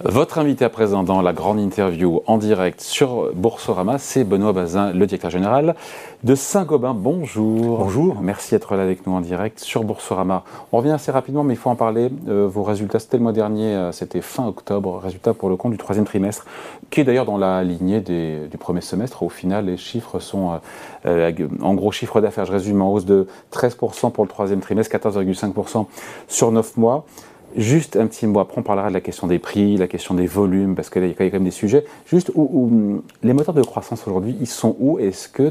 Votre invité à présent dans la grande interview en direct sur Boursorama, c'est Benoît Bazin, le directeur général de Saint-Gobain. Bonjour. Bonjour. Merci d'être là avec nous en direct sur Boursorama. On revient assez rapidement, mais il faut en parler. Vos résultats, c'était le mois dernier, c'était fin octobre, résultats pour le compte du troisième trimestre, qui est d'ailleurs dans la lignée du premier semestre. Au final, les chiffres sont, en gros, chiffre d'affaires, je résume, en hausse de 13% pour le troisième trimestre, 14,5% sur 9 mois. Juste un petit mot, après on parlera de la question des prix, la question des volumes, parce que là il y a quand même des sujets. Juste où les moteurs de croissance aujourd'hui, ils sont où? Est-ce que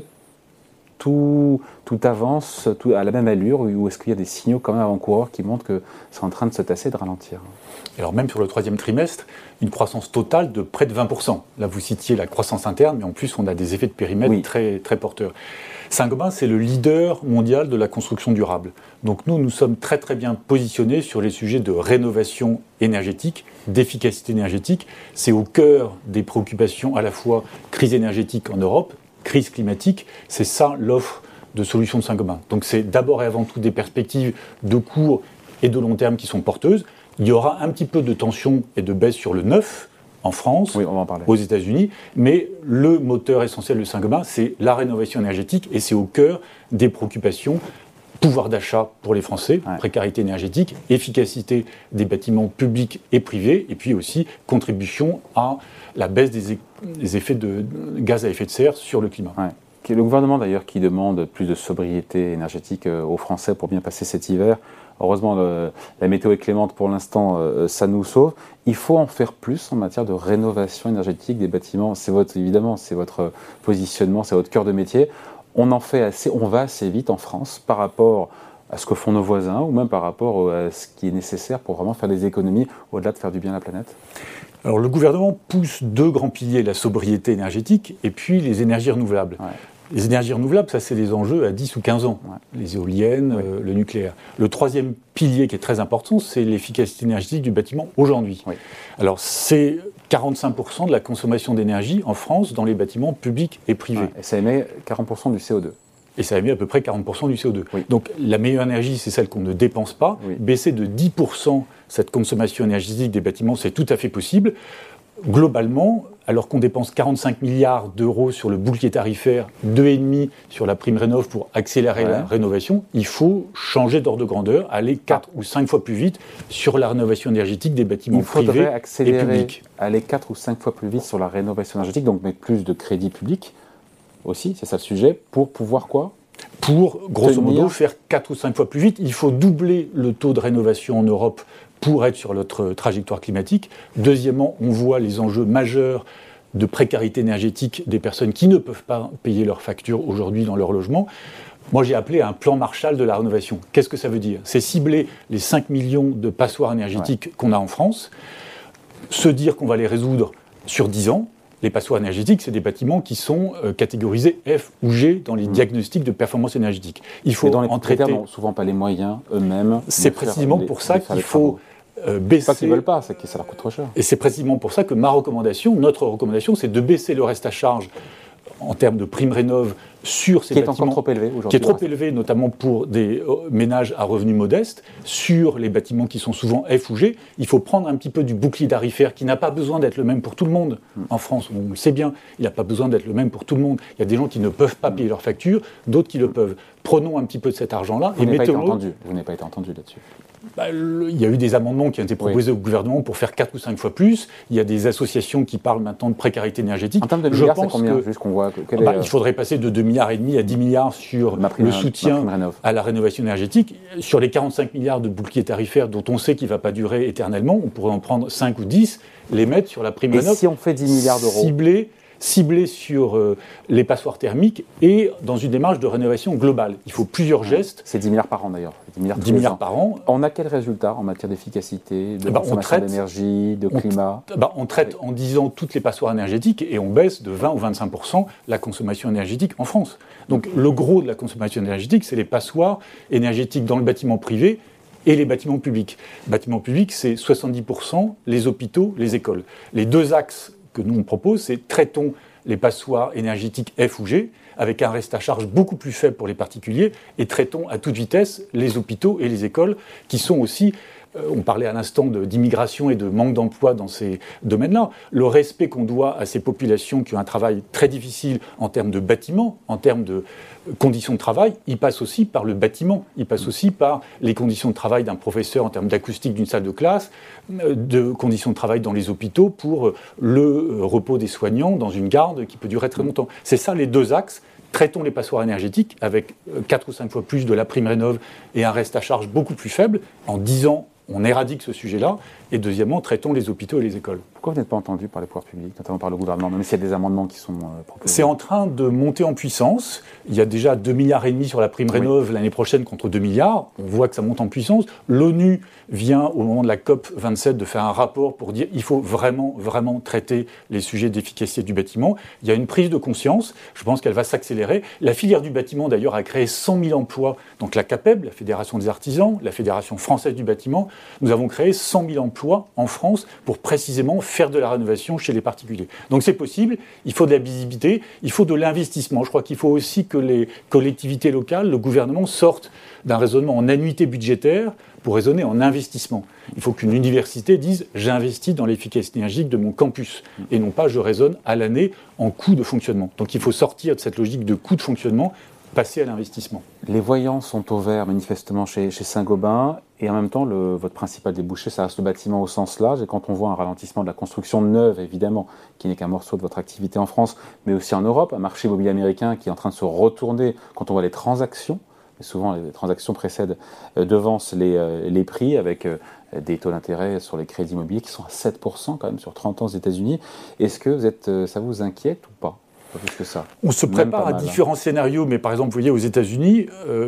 tout avance à la même allure, ou est-ce qu'il y a des signaux quand même avant-coureurs qui montrent que c'est en train de se tasser, de ralentir? Alors même sur le troisième trimestre, une croissance totale de près de 20%. Là vous citiez la croissance interne, mais en plus on a des effets de périmètre très, très porteurs. Saint-Gobain, c'est le leader mondial de la construction durable. Donc nous sommes très très bien positionnés sur les sujets de rénovation énergétique, d'efficacité énergétique. C'est au cœur des préoccupations à la fois crise énergétique en Europe, crise climatique. C'est ça l'offre de solutions de Saint-Gobain. Donc c'est d'abord et avant tout des perspectives de court et de long terme qui sont porteuses. Il y aura un petit peu de tension et de baisse sur le neuf en France, oui, on va en parler, aux États-Unis, mais le moteur essentiel de Saint-Gobain, c'est la rénovation énergétique et c'est au cœur des préoccupations. Pouvoir d'achat pour les Français, précarité énergétique, efficacité des bâtiments publics et privés, et puis aussi contribution à la baisse des effets de gaz à effet de serre sur le climat. Le gouvernement d'ailleurs qui demande plus de sobriété énergétique aux Français pour bien passer cet hiver. Heureusement, la météo est clémente pour l'instant, ça nous sauve. Il faut en faire plus en matière de rénovation énergétique des bâtiments. Évidemment, c'est votre positionnement, c'est votre cœur de métier. On en fait assez, on va assez vite en France par rapport à ce que font nos voisins ou même par rapport à ce qui est nécessaire pour vraiment faire des économies au-delà de faire du bien à la planète. Alors le gouvernement pousse deux grands piliers, la sobriété énergétique et puis les énergies renouvelables. Les énergies renouvelables, ça c'est des enjeux à 10 ou 15 ans, les éoliennes, le nucléaire. Le troisième pilier qui est très important, c'est l'efficacité énergétique du bâtiment aujourd'hui. Alors c'est 45% de la consommation d'énergie en France dans les bâtiments publics et privés. Et ça émet 40% du CO2. Et ça émet à peu près 40% du CO2. Donc la meilleure énergie, c'est celle qu'on ne dépense pas. Baisser de 10% cette consommation énergétique des bâtiments, c'est tout à fait possible. Globalement, alors qu'on dépense 45 milliards d'euros sur le bouclier tarifaire, 2,5 sur la prime rénov' pour accélérer la rénovation, il faut changer d'ordre de grandeur, aller 4 ou 5 fois plus vite sur la rénovation énergétique des bâtiments privés et publics. Aller 4 ou 5 fois plus vite sur la rénovation énergétique, donc mettre plus de crédit public aussi, c'est ça le sujet, pour pouvoir quoi ? Pour, grosso modo, faire 4 ou 5 fois plus vite, il faut doubler le taux de rénovation en Europe pour être sur notre trajectoire climatique. Deuxièmement, on voit les enjeux majeurs de précarité énergétique des personnes qui ne peuvent pas payer leurs factures aujourd'hui dans leur logement. Moi, j'ai appelé un plan Marshall de la rénovation. Qu'est-ce que ça veut dire ? C'est cibler les 5 millions de passoires énergétiques qu'on a en France, se dire qu'on va les résoudre sur 10 ans. Les passoires énergétiques, c'est des bâtiments qui sont catégorisés F ou G dans les diagnostics de performance énergétique. Il faut en traiter. N'ont souvent pas les moyens eux-mêmes. C'est précisément pour ça qu'il faut baisser. Pas qu'ils veulent pas, c'est que ça leur coûte trop cher. Et c'est précisément pour ça que notre recommandation, c'est de baisser le reste à charge en termes de prime rénov' sur ces bâtiments. Qui est encore trop élevé aujourd'hui. Qui est trop élevé, notamment pour des ménages à revenus modestes, sur les bâtiments qui sont souvent F ou G. Il faut prendre un petit peu du bouclier tarifaire qui n'a pas besoin d'être le même pour tout le monde. En France, on le sait bien, il n'a pas besoin d'être le même pour tout le monde. Il y a des gens qui ne peuvent pas payer leurs factures, d'autres qui le peuvent. Prenons un petit peu de cet argent-là et mettons-le. Vous n'avez pas été entendu là-dessus. Il y a eu des amendements qui ont été proposés au gouvernement pour faire 4 ou 5 fois plus. Il y a des associations qui parlent maintenant de précarité énergétique. En termes de milliards, c'est combien juste qu'on voit il faudrait passer de 2,5 milliards à 10 milliards sur le soutien à la rénovation énergétique. Sur les 45 milliards de bouclier tarifaire dont on sait qu'il ne va pas durer éternellement, on pourrait en prendre 5 ou 10, les mettre sur la prime rénov'. Et si on fait 10 milliards d'euros ciblé sur les passoires thermiques et dans une démarche de rénovation globale. Il faut plusieurs gestes. C'est 10 milliards par an d'ailleurs. 10 milliards par an. On a quel résultat en matière d'efficacité, de consommation d'énergie, de climat ? On traite en 10 ans toutes les passoires énergétiques et on baisse de 20 ou 25% la consommation énergétique en France. Donc le gros de la consommation énergétique, c'est les passoires énergétiques dans le bâtiment privé et les bâtiments publics. Bâtiments publics, c'est 70% les hôpitaux, les écoles. Les deux axes que nous on propose, c'est traitons les passoires énergétiques F ou G avec un reste à charge beaucoup plus faible pour les particuliers et traitons à toute vitesse les hôpitaux et les écoles qui sont aussi On parlait à l'instant d'immigration et de manque d'emploi dans ces domaines-là. Le respect qu'on doit à ces populations qui ont un travail très difficile en termes de bâtiments, en termes de conditions de travail, il passe aussi par le bâtiment, il passe aussi par les conditions de travail d'un professeur en termes d'acoustique d'une salle de classe, de conditions de travail dans les hôpitaux pour le repos des soignants dans une garde qui peut durer très longtemps. C'est ça les deux axes. Traitons les passoires énergétiques avec 4 ou 5 fois plus de la prime rénov' et un reste à charge beaucoup plus faible. En 10 ans, on éradique ce sujet-là. Et deuxièmement, traitons les hôpitaux et les écoles. Pourquoi vous n'êtes pas entendu par les pouvoirs publics, notamment par le gouvernement, même s'il y a des amendements qui sont proposés? C'est en train de monter en puissance. Il y a déjà 2,5 milliards sur la prime rénov' l'année prochaine contre 2 milliards. On voit que ça monte en puissance. L'ONU vient, au moment de la COP 27, de faire un rapport pour dire qu'il faut vraiment, vraiment traiter les sujets d'efficacité du bâtiment. Il y a une prise de conscience. Je pense qu'elle va s'accélérer. La filière du bâtiment, d'ailleurs, a créé 100 000 emplois. Donc la CAPEB, la Fédération des artisans, la Fédération française du bâtiment, nous avons créé 100 000 emplois en France pour précisément faire de la rénovation chez les particuliers. Donc c'est possible, il faut de la visibilité, il faut de l'investissement. Je crois qu'il faut aussi que les collectivités locales, le gouvernement sortent d'un raisonnement en annuité budgétaire pour raisonner en investissement. Il faut qu'une université dise « j'investis dans l'efficacité énergétique de mon campus » et non pas « je raisonne à l'année en coût de fonctionnement ». Donc il faut sortir de cette logique de coût de fonctionnement, passer à l'investissement. Les voyants sont au vert manifestement chez Saint-Gobain et en même temps votre principal débouché ça reste le bâtiment au sens large et quand on voit un ralentissement de la construction neuve évidemment qui n'est qu'un morceau de votre activité en France mais aussi en Europe, un marché immobilier américain qui est en train de se retourner quand on voit les transactions, et souvent les transactions précèdent, devancent les prix avec des taux d'intérêt sur les crédits immobiliers qui sont à 7% quand même sur 30 ans aux États-Unis. Est-ce que ça vous inquiète ou pas? Plus que ça. On se prépare à différents scénarios, mais par exemple, vous voyez, aux États-Unis,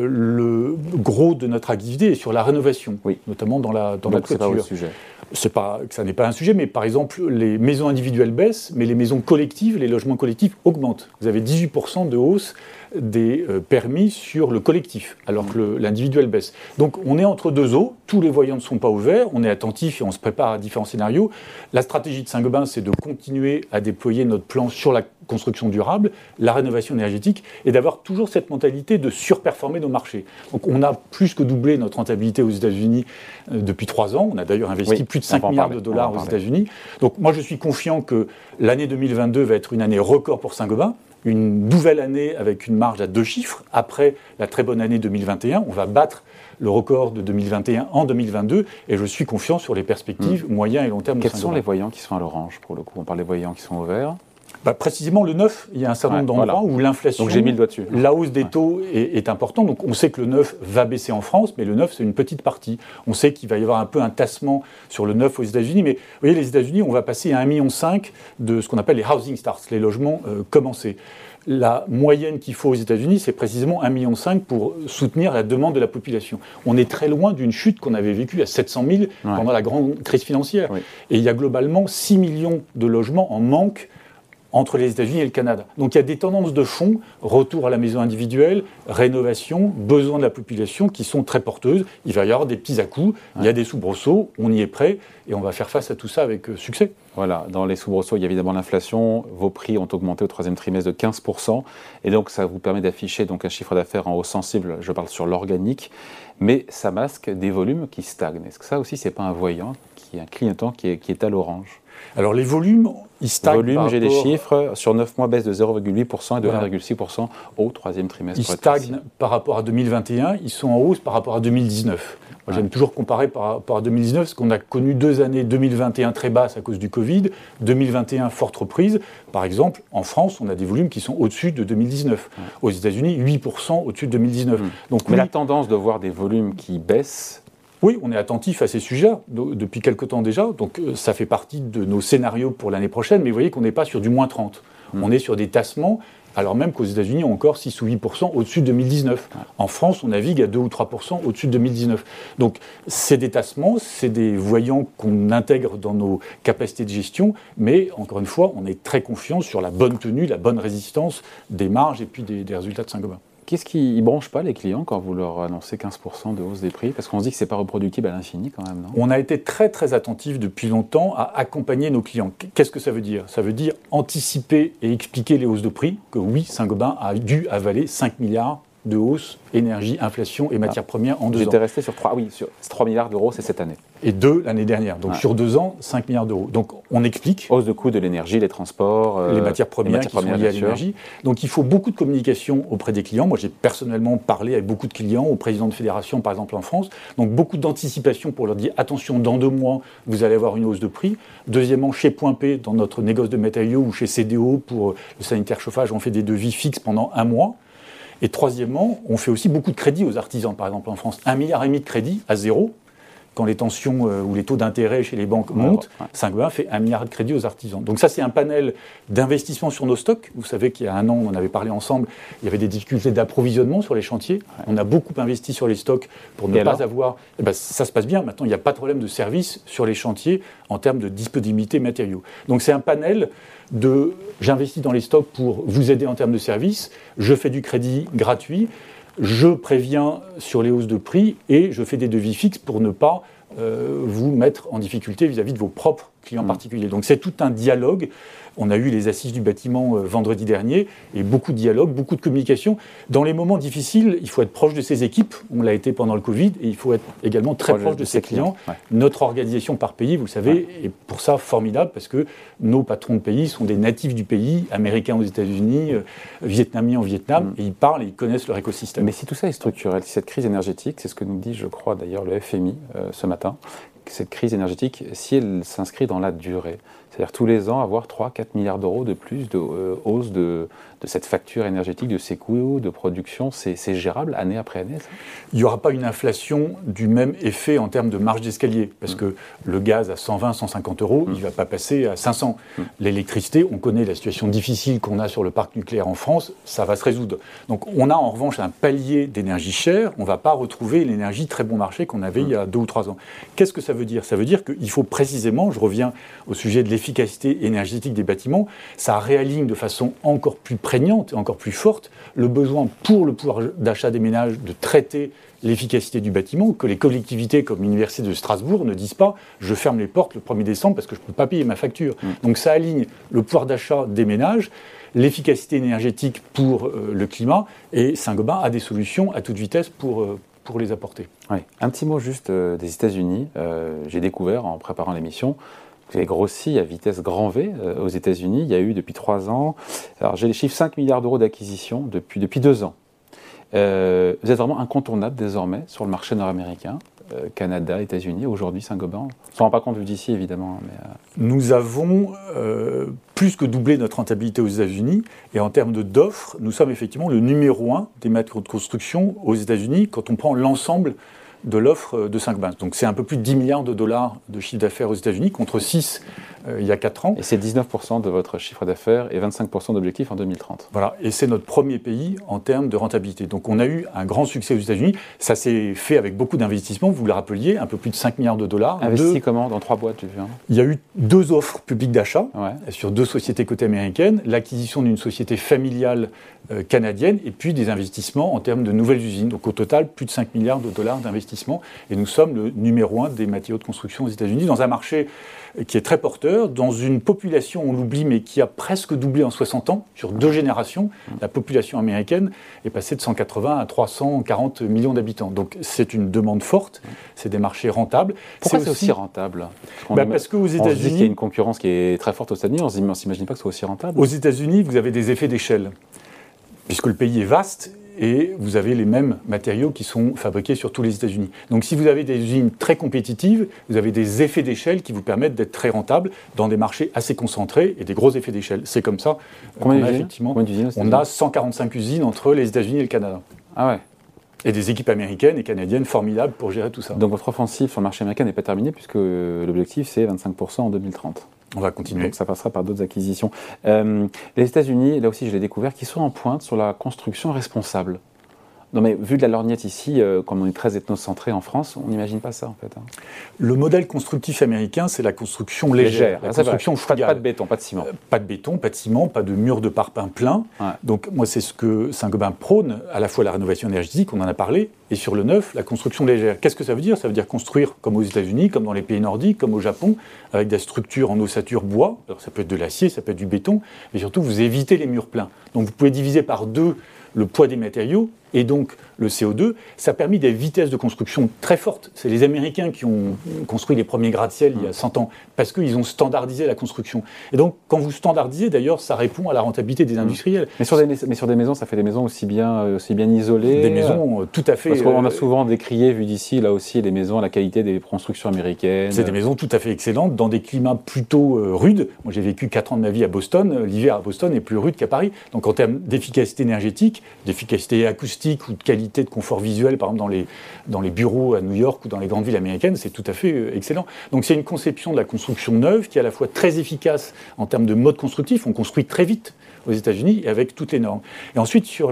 le gros de notre activité est sur la rénovation, notamment dans la toiture. C'est pas le sujet. C'est pas que ça n'est pas un sujet, mais par exemple, les maisons individuelles baissent, mais les maisons collectives, les logements collectifs augmentent. Vous avez 18% de hausse des permis sur le collectif, alors que l'individuel baisse. Donc on est entre deux eaux, tous les voyants ne sont pas ouverts, on est attentif et on se prépare à différents scénarios. La stratégie de Saint-Gobain, c'est de continuer à déployer notre plan sur la construction durable, la rénovation énergétique, et d'avoir toujours cette mentalité de surperformer nos marchés. Donc on a plus que doublé notre rentabilité aux États-Unis depuis 3 ans, on a d'ailleurs investi plus de 5 milliards de dollars aux États-Unis. Donc moi je suis confiant que l'année 2022 va être une année record pour Saint-Gobain, une nouvelle année avec une marge à 2 chiffres. Après la très bonne année 2021, on va battre le record de 2021 en 2022 et je suis confiant sur les perspectives moyen et long terme. Quels sont les voyants qui sont à l'orange pour le coup? On parle des voyants qui sont au vert. Précisément le neuf, il y a un certain nombre d'endroits où l'inflation, donc j'ai mis le doigt dessus. La hausse des taux est importante. Donc on sait que le neuf va baisser en France, mais le neuf c'est une petite partie. On sait qu'il va y avoir un peu un tassement sur le neuf aux États-Unis, mais vous voyez les États-Unis, on va passer à 1,5 million de ce qu'on appelle les housing starts, les logements commencés. La moyenne qu'il faut aux États-Unis, c'est précisément 1,5 million pour soutenir la demande de la population. On est très loin d'une chute qu'on avait vécue à 700 000 pendant la grande crise financière. Et il y a globalement 6 millions de logements en manque entre les États-Unis et le Canada. Donc il y a des tendances de fond, retour à la maison individuelle, rénovation, besoin de la population qui sont très porteuses. Il va y avoir des petits à-coups, il y a des soubresauts, on y est prêt et on va faire face à tout ça avec succès. Voilà, dans les soubresauts, il y a évidemment l'inflation. Vos prix ont augmenté au 3e trimestre de 15%. Et donc, ça vous permet d'afficher donc, un chiffre d'affaires en hausse sensible. Je parle sur l'organique. Mais ça masque des volumes qui stagnent. Est-ce que ça aussi, ce n'est pas un voyant, un clignotant qui est à l'orange? Alors, les volumes, ils stagnent. Volume, j'ai des chiffres. Sur 9 mois, baisse de 0,8% et de 1,6% au 3e trimestre. Ils stagnent par rapport à 2021. Ils sont en hausse par rapport à 2019. Moi, j'aime toujours comparer par rapport à 2019, parce qu'on a connu 2 années 2021 très basses à cause du Covid, 2021 forte reprise. Par exemple, en France, on a des volumes qui sont au-dessus de 2019. Aux États-Unis, 8% au-dessus de 2019. Donc, mais la tendance de voir des volumes qui baissent. Oui, on est attentif à ces sujets depuis quelque temps déjà. Donc, ça fait partie de nos scénarios pour l'année prochaine. Mais vous voyez qu'on n'est pas sur du moins 30. On est sur des tassements. Alors même qu'aux États-Unis, on a encore 6 ou 8% au-dessus de 2019. En France, on navigue à 2 ou 3% au-dessus de 2019. Donc, c'est des tassements, c'est des voyants qu'on intègre dans nos capacités de gestion, mais encore une fois, on est très confiant sur la bonne tenue, la bonne résistance des marges et puis des résultats de Saint-Gobain. Qu'est-ce qui ne branche pas les clients quand vous leur annoncez 15% de hausse des prix? Parce qu'on se dit que ce n'est pas reproductible à l'infini quand même, non? On a été très très attentif depuis longtemps à accompagner nos clients. Qu'est-ce que ça veut dire? Ça veut dire anticiper et expliquer les hausses de prix, que oui, Saint-Gobain a dû avaler 5 milliards de hausse énergie, inflation et matières premières en 2 ans. J'étais resté sur 3 milliards d'euros, c'est cette année. Et 2 l'année dernière. Donc sur 2 ans, 5 milliards d'euros. Donc on explique. Hausse de coût de l'énergie, les transports, les matières premières qui sont liées à l'énergie. Donc il faut beaucoup de communication auprès des clients. Moi j'ai personnellement parlé avec beaucoup de clients, aux présidents de fédération par exemple en France. Donc beaucoup d'anticipation pour leur dire attention, dans 2 mois, vous allez avoir une hausse de prix. Deuxièmement, chez Point P, dans notre négoce de matériaux ou chez CDO pour le sanitaire chauffage, on fait des devis fixes pendant 1 mois. Et troisièmement, on fait aussi beaucoup de crédits aux artisans. Par exemple, en France, 1,5 milliard de crédits à zéro. Quand les tensions ou les taux d'intérêt chez les banques montent, Saint-Gobain fait 1 milliard de crédits aux artisans. Donc ça, c'est un panel d'investissement sur nos stocks. Vous savez qu'il y a 1 an, on en avait parlé ensemble, il y avait des difficultés d'approvisionnement sur les chantiers. On a beaucoup investi sur les stocks pour ne pas avoir... ça se passe bien. Maintenant, il n'y a pas de problème de service sur les chantiers en termes de disponibilité matériaux. Donc c'est un panel de... J'investis dans les stocks pour vous aider en termes de service, je fais du crédit gratuit, je préviens sur les hausses de prix et je fais des devis fixes pour ne pas vous mettre en difficulté vis-à-vis de vos propres clients particuliers. Donc c'est tout un dialogue. On a eu les assises du bâtiment vendredi dernier et beaucoup de dialogue, beaucoup de communication. Dans les moments difficiles, il faut être proche de ses équipes. On l'a été pendant le Covid et il faut être également très proche de ses clients. Notre organisation par pays, vous le savez, est pour ça formidable parce que nos patrons de pays sont des natifs du pays, américains aux États-Unis, vietnamiens au Vietnam, et ils parlent et ils connaissent leur écosystème. Mais si tout ça est structurel, si cette crise énergétique, c'est ce que nous dit, je crois d'ailleurs, le FMI ce matin, cette crise énergétique, si elle s'inscrit dans la durée, c'est-à-dire tous les ans avoir 3-4 milliards d'euros de plus de hausse de cette facture énergétique, de ces coûts de production, c'est gérable année après année ça ? Il n'y aura pas une inflation du même effet en termes de marge d'escalier, parce que le gaz à 120, 150 euros, il ne va pas passer à 500. L'électricité, on connaît la situation difficile qu'on a sur le parc nucléaire en France, ça va se résoudre. Donc on a en revanche un palier d'énergie chère, on ne va pas retrouver l'énergie très bon marché qu'on avait il y a 2 ou 3 ans. Qu'est-ce que ça veut dire ? Ça veut dire qu'il faut précisément, je reviens au sujet de l'efficacité énergétique des bâtiments, ça réaligne de façon encore plus prégnante et encore plus forte le besoin pour le pouvoir d'achat des ménages de traiter l'efficacité du bâtiment, que les collectivités comme l'Université de Strasbourg ne disent pas « je ferme les portes le 1er décembre parce que je ne peux pas payer ma facture ». Donc ça aligne le pouvoir d'achat des ménages, l'efficacité énergétique pour le climat, et Saint-Gobain a des solutions à toute vitesse pour les apporter. Oui. Un petit mot juste des États-Unis. J'ai découvert en préparant l'émission, vous avez grossi à vitesse grand V aux États-Unis. Il y a eu depuis 3 ans, alors j'ai les chiffres, 5 milliards d'euros d'acquisition depuis 2 ans. Vous êtes vraiment incontournable désormais sur le marché nord-américain, Canada, États-Unis, aujourd'hui Saint-Gobain. On ne se rend pas compte d'ici évidemment. Mais Nous avons plus que doublé notre rentabilité aux États-Unis et en termes d'offres, nous sommes effectivement le numéro 1 des matériaux de construction aux États-Unis quand on prend l'ensemble de l'offre de Saint-Gobain. Donc c'est un peu plus de 10 milliards de dollars de chiffre d'affaires aux États-Unis contre 6 il y a 4 ans. Et c'est 19% de votre chiffre d'affaires et 25% d'objectifs en 2030. Voilà, et c'est notre premier pays en termes de rentabilité. Donc on a eu un grand succès aux États-Unis. Ça s'est fait avec beaucoup d'investissements, vous le rappeliez, un peu plus de 5 milliards de dollars. Investi comment ? Dans 3 boîtes, j'ai vu. Il y a eu 2 offres publiques d'achat sur 2 sociétés cotées américaines, l'acquisition d'une société familiale canadienne et puis des investissements en termes de nouvelles usines. Donc au total, plus de 5 milliards de dollars d'investissement. Et nous sommes le numéro 1 des matériaux de construction aux États-Unis, dans un marché qui est très porteur, dans une population, on l'oublie, mais qui a presque doublé en 60 ans, sur 2 générations. La population américaine est passée de 180 à 340 millions d'habitants. Donc c'est une demande forte, c'est des marchés rentables. Pourquoi c'est aussi rentable ? Parce qu'aux États-Unis... On se dit qu'il y a une concurrence qui est très forte aux États-Unis, on ne s'imagine pas que ce soit aussi rentable. Aux États-Unis, vous avez des effets d'échelle, puisque le pays est vaste, et vous avez les mêmes matériaux qui sont fabriqués sur tous les États-Unis. Donc si vous avez des usines très compétitives, vous avez des effets d'échelle qui vous permettent d'être très rentables dans des marchés assez concentrés et des gros effets d'échelle. C'est comme ça qu'on a effectivement... On a 145 usines entre les États-Unis et le Canada. Ah ouais. Et des équipes américaines et canadiennes formidables pour gérer tout ça. Donc votre offensive sur le marché américain n'est pas terminée puisque l'objectif c'est 25% en 2030. On va continuer. Donc ça passera par d'autres acquisitions. Les États-Unis, là aussi je l'ai découvert, qui sont en pointe sur la construction responsable. Non mais vu de la lorgnette ici, comme on est très ethnocentré en France, on n'imagine pas ça en fait. Le modèle constructif américain, c'est la construction légère. La construction frugale. Pas de béton, pas de ciment. Pas de béton, pas de ciment, pas de mur de parpaing plein. Ouais. Donc moi c'est ce que Saint-Gobain prône, à la fois la rénovation énergétique, on en a parlé, et sur le neuf, la construction légère. Qu'est-ce que ça veut dire ? Ça veut dire construire comme aux États-Unis, comme dans les pays nordiques, comme au Japon, avec des structures en ossature bois. Alors ça peut être de l'acier, ça peut être du béton, mais surtout vous évitez les murs pleins. Donc vous pouvez diviser par 2 le poids des matériaux et donc le CO2, ça a permis des vitesses de construction très fortes. C'est les Américains qui ont construit les premiers gratte-ciel il y a 100 ans, parce qu'ils ont standardisé la construction. Et donc, quand vous standardisez, d'ailleurs, ça répond à la rentabilité des industriels. Mais sur des maisons, ça fait des maisons aussi bien isolées. Des maisons tout à fait... Parce qu'on a souvent décrié, vu d'ici, là aussi, les maisons, la qualité des constructions américaines. C'est des maisons tout à fait excellentes, dans des climats plutôt rudes. Moi, j'ai vécu 4 ans de ma vie à Boston. L'hiver à Boston est plus rude qu'à Paris. Donc, en termes d'efficacité énergétique, d'efficacité acoustique ou de qualité de confort visuel, par exemple dans les bureaux à New York ou dans les grandes villes américaines, c'est tout à fait excellent. Donc c'est une conception de la construction neuve qui est à la fois très efficace en termes de mode constructif, on construit très vite aux États-Unis et avec toutes les normes. Et ensuite sur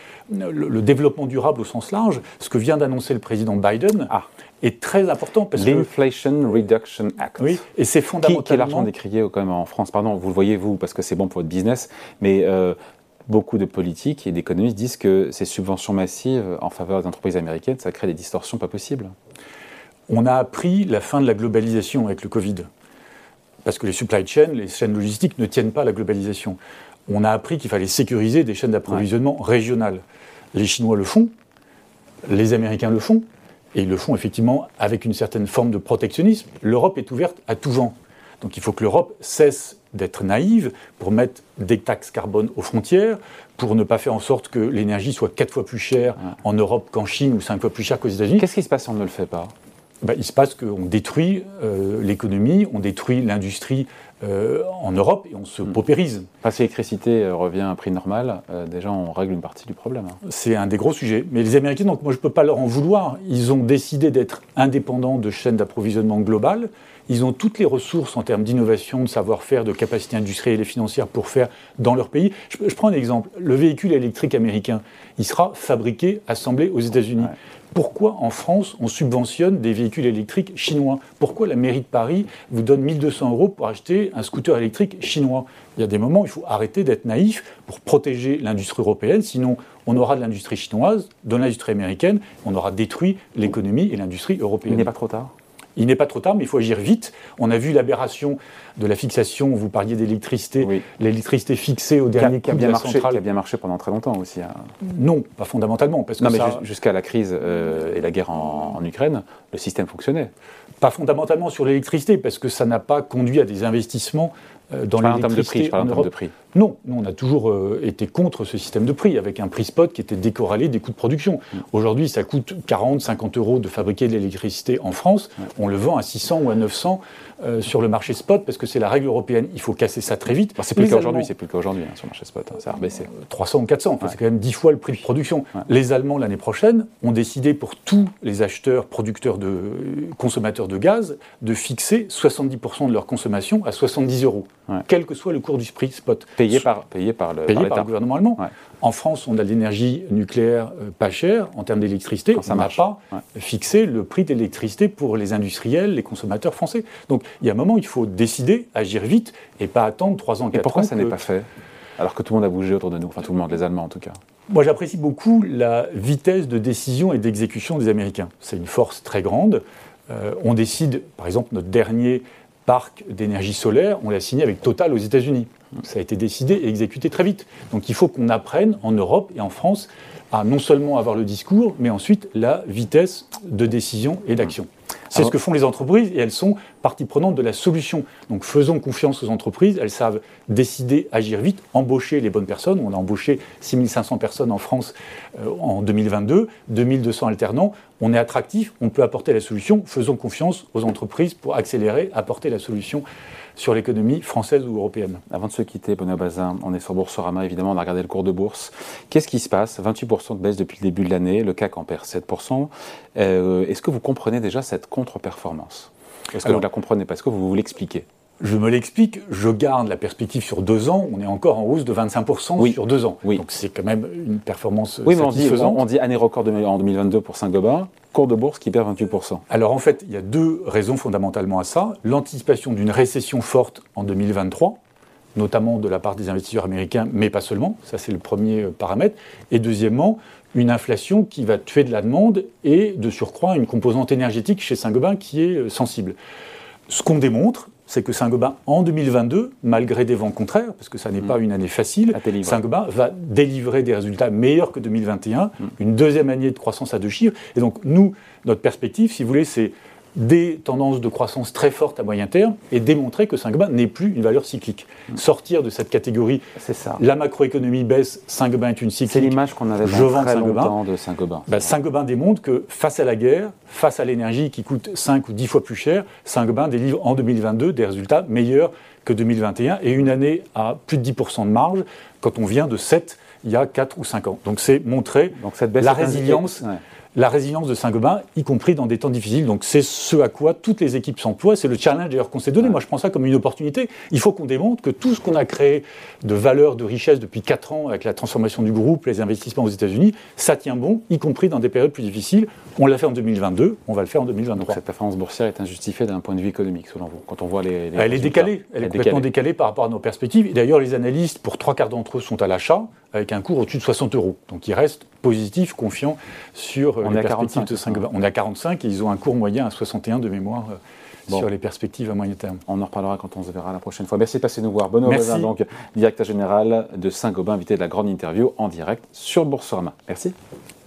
le développement durable au sens large, ce que vient d'annoncer le président Biden est très important. L'Inflation Reduction Act. Oui, et c'est fondamentalement... Qui est largement décrié quand même en France. Pardon, vous le voyez vous, parce que c'est bon pour votre business, mais... beaucoup de politiques et d'économistes disent que ces subventions massives en faveur des entreprises américaines, ça crée des distorsions pas possibles. On a appris la fin de la globalisation avec le Covid. Parce que les supply chains, les chaînes logistiques ne tiennent pas à la globalisation. On a appris qu'il fallait sécuriser des chaînes d'approvisionnement régionales. Les Chinois le font, les Américains le font, et ils le font effectivement avec une certaine forme de protectionnisme. L'Europe est ouverte à tout vent. Donc il faut que l'Europe cesse d'être naïve pour mettre des taxes carbone aux frontières, pour ne pas faire en sorte que l'énergie soit 4 fois plus chère en Europe qu'en Chine ou 5 fois plus chère qu'aux États-Unis. Qu'est-ce qui se passe si on ne le fait pas ? Il se passe qu'on détruit l'économie, on détruit l'industrie en Europe et on se paupérise. Si l'électricité revient à un prix normal, déjà on règle une partie du problème. C'est un des gros sujets. Mais les Américains, donc moi je ne peux pas leur en vouloir, ils ont décidé d'être indépendants de chaînes d'approvisionnement globales. Ils ont toutes les ressources en termes d'innovation, de savoir-faire, de capacité industrielle et financière pour faire dans leur pays. Je prends un exemple. Le véhicule électrique américain, il sera fabriqué, assemblé aux États-Unis. Ouais. Pourquoi en France, on subventionne des véhicules électriques chinois ? Pourquoi la mairie de Paris vous donne 1 200 € pour acheter un scooter électrique chinois ? Il y a des moments où il faut arrêter d'être naïf pour protéger l'industrie européenne, sinon on aura de l'industrie chinoise, de l'industrie américaine, on aura détruit l'économie et l'industrie européenne. Il n'est pas trop tard ? Il n'est pas trop tard, mais il faut agir vite. On a vu l'aberration de la fixation, vous parliez d'électricité, l'électricité fixée au dernier coup de la centrale. Qui a bien marché pendant très longtemps aussi. Non, pas fondamentalement. Parce que mais jusqu'à la crise et la guerre en Ukraine, le système fonctionnait. Pas fondamentalement sur l'électricité, parce que ça n'a pas conduit à des investissements dans l'électricité en Europe. Non, nous on a toujours été contre ce système de prix, avec un prix spot qui était décorrélé des coûts de production. Aujourd'hui, ça coûte 40, 50 € de fabriquer de l'électricité en France. On le vend à 600 ou à 900 sur le marché spot, parce que c'est la règle européenne. Il faut casser ça très vite. C'est plus le cas aujourd'hui, sur le marché spot, ça a rebaissé. 300 ou 400, c'est quand même 10 fois le prix de production. Les Allemands, l'année prochaine, ont décidé pour tous les acheteurs, producteurs consommateurs de gaz, de fixer 70% de leur consommation à 70 €, quel que soit le cours du prix spot. Payé par le gouvernement allemand. Ouais. En France, on a de l'énergie nucléaire pas chère en termes d'électricité. On n'a pas fixé le prix de l'électricité pour les industriels, les consommateurs français. Donc, il y a un moment, il faut décider, agir vite et pas attendre 3 ans, 4 ans. Et pourquoi ça n'est pas fait ? Alors que tout le monde a bougé autour de nous, enfin tout le monde, les Allemands en tout cas. Moi, j'apprécie beaucoup la vitesse de décision et d'exécution des Américains. C'est une force très grande. On décide, par exemple, notre dernier parc d'énergie solaire, on l'a signé avec Total aux États-Unis. Ça a été décidé et exécuté très vite. Donc il faut qu'on apprenne en Europe et en France à non seulement avoir le discours, mais ensuite la vitesse de décision et d'action. C'est ce que font les entreprises et elles sont partie prenante de la solution. Donc faisons confiance aux entreprises, elles savent décider, agir vite, embaucher les bonnes personnes. On a embauché 6500 personnes en France en 2022, 2200 alternants. On est attractif, on peut apporter la solution. Faisons confiance aux entreprises pour accélérer, apporter la solution sur l'économie française ou européenne. Avant de se quitter, Benoît Bazin, on est sur Boursorama, évidemment, on a regardé le cours de bourse. Qu'est-ce qui se passe ? 28% de baisse depuis le début de l'année, le CAC en perd 7%. Est-ce que vous comprenez déjà cette contre-performance ? Est-ce que vous ne la comprenez pas ? Est-ce que vous vous l'expliquez ? Je me l'explique, je garde la perspective sur 2 ans, on est encore en hausse de 25% sur 2 ans. Donc c'est quand même une performance satisfaisante. On dit année record en 2022 pour Saint-Gobain, cours de bourse qui perd 28%. Alors en fait, il y a 2 raisons fondamentalement à ça. L'anticipation d'une récession forte en 2023, notamment de la part des investisseurs américains, mais pas seulement, ça c'est le premier paramètre. Et deuxièmement, une inflation qui va tuer de la demande et de surcroît une composante énergétique chez Saint-Gobain qui est sensible. Ce qu'on démontre, c'est que Saint-Gobain, en 2022, malgré des vents contraires, parce que ça n'est pas une année facile, Saint-Gobain va délivrer des résultats meilleurs que 2021, une deuxième année de croissance à 2 chiffres. Et donc, nous, notre perspective, si vous voulez, c'est des tendances de croissance très fortes à moyen terme et démontrer que Saint-Gobain n'est plus une valeur cyclique. Sortir de cette catégorie, c'est ça. La macroéconomie baisse, Saint-Gobain est une cyclique. C'est l'image qu'on avait dans très longtemps de Saint-Gobain. Saint-Gobain démontre que face à la guerre, face à l'énergie qui coûte 5 ou 10 fois plus cher, Saint-Gobain délivre en 2022 des résultats meilleurs que 2021 et une année à plus de 10% de marge quand on vient de 7 il y a 4 ou 5 ans. Donc c'est montrer la résilience. La résilience de Saint-Gobain, y compris dans des temps difficiles. Donc c'est ce à quoi toutes les équipes s'emploient. C'est le challenge d'ailleurs qu'on s'est donné. Moi, je prends ça comme une opportunité. Il faut qu'on démontre que tout ce qu'on a créé de valeur, de richesse depuis 4 ans avec la transformation du groupe, les investissements aux États-Unis, ça tient bon, y compris dans des périodes plus difficiles. On l'a fait en 2022, on va le faire en 2023. Donc cette performance boursière est injustifiée d'un point de vue économique, selon vous, quand on voit les Elle est décalée. Elle est complètement décalée par rapport à nos perspectives. Et d'ailleurs, les analystes, pour 3 quarts d'entre eux, sont à l'achat avec un cours au-dessus de 60 €. Donc ils restent positifs, confiants sur les perspectives de Saint-Gobain. On est à 45 et ils ont un cours moyen à 61 de mémoire sur les perspectives à moyen terme. On en reparlera quand on se verra la prochaine fois. Merci de passer nous voir. Benoît Bazin, donc directeur général de Saint-Gobain, invité de la grande interview en direct sur Boursorama. Merci.